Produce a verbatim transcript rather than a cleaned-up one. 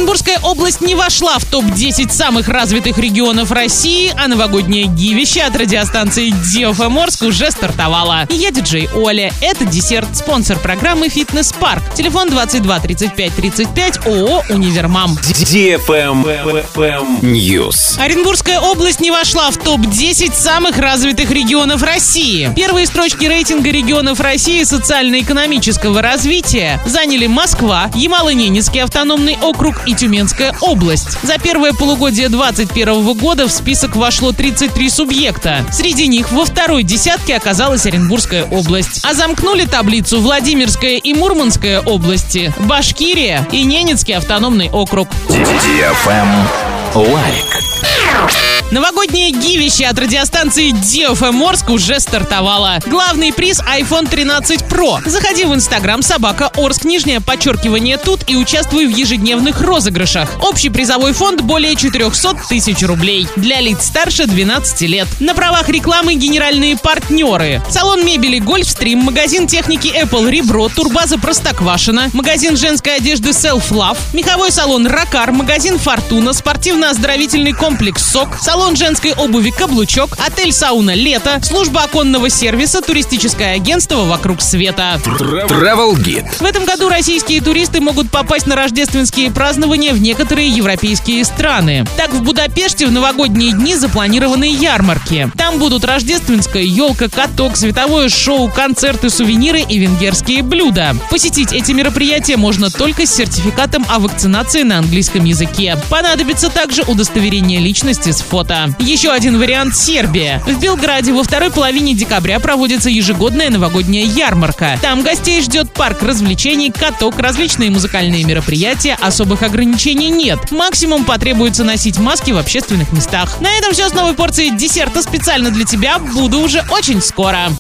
Оренбургская область не вошла в топ десять самых развитых регионов России, а новогоднее гивище от радиостанции ди-эф-эм Орск уже стартовало. Я диджей Оля. Это десерт, спонсор программы «Фитнес Парк». Телефон двадцать два тридцать пять тридцать пять, ООО «Универмам». ди-эф-эм News. Оренбургская область не вошла в топ десять самых развитых регионов России. Первые строчки рейтинга регионов России социально-экономического развития заняли Москва, Ямало-Ненецкий автономный округ и Тюменская область. За первое полугодие двадцать первого года в список вошло тридцать три субъекта. Среди них во второй десятке оказалась Оренбургская область. А замкнули таблицу Владимирская и Мурманская области, Башкирия и Ненецкий автономный округ. ди-эф-эм Лайк. Новогоднее гивище от радиостанции ди-эф-эм Орск уже стартовало. Главный приз айфон тринадцать про. Заходи в инстаграм собака Орск, нижнее подчеркивание тут и участвуй в ежедневных розыгрышах. Общий призовой фонд более четыреста тысяч рублей. Для лиц старше двенадцати лет. На правах рекламы генеральные партнеры: салон мебели Гольфстрим, магазин техники Apple Ребро, турбаза Простоквашино, магазин женской одежды Self Love, меховой салон Ракар, магазин Фортуна, спортивно-оздоровительный комплекс Сок, салон женской обуви Каблучок, отель Сауна Лето, служба оконного сервиса, туристическое агентство Вокруг Света. Travel Guide. В этом году российские туристы могут попасть на рождественские празднования в некоторые европейские страны. Так, в Будапеште в новогодние дни запланированы ярмарки. Там будут рождественская елка, каток, световое шоу, концерты, сувениры и венгерские блюда. Посетить эти мероприятия можно только с сертификатом о вакцинации на английском языке. Понадобится также удостоверение личности с фото. Еще один вариант — Сербия. В Белграде во второй половине декабря проводится ежегодная новогодняя ярмарка. Там гостей ждет парк развлечений, каток, различные музыкальные мероприятия, особых ограничений нет. Максимум потребуется носить маски в общественных местах. На этом все с новой порцией десерта специально для тебя. Буду уже очень скоро.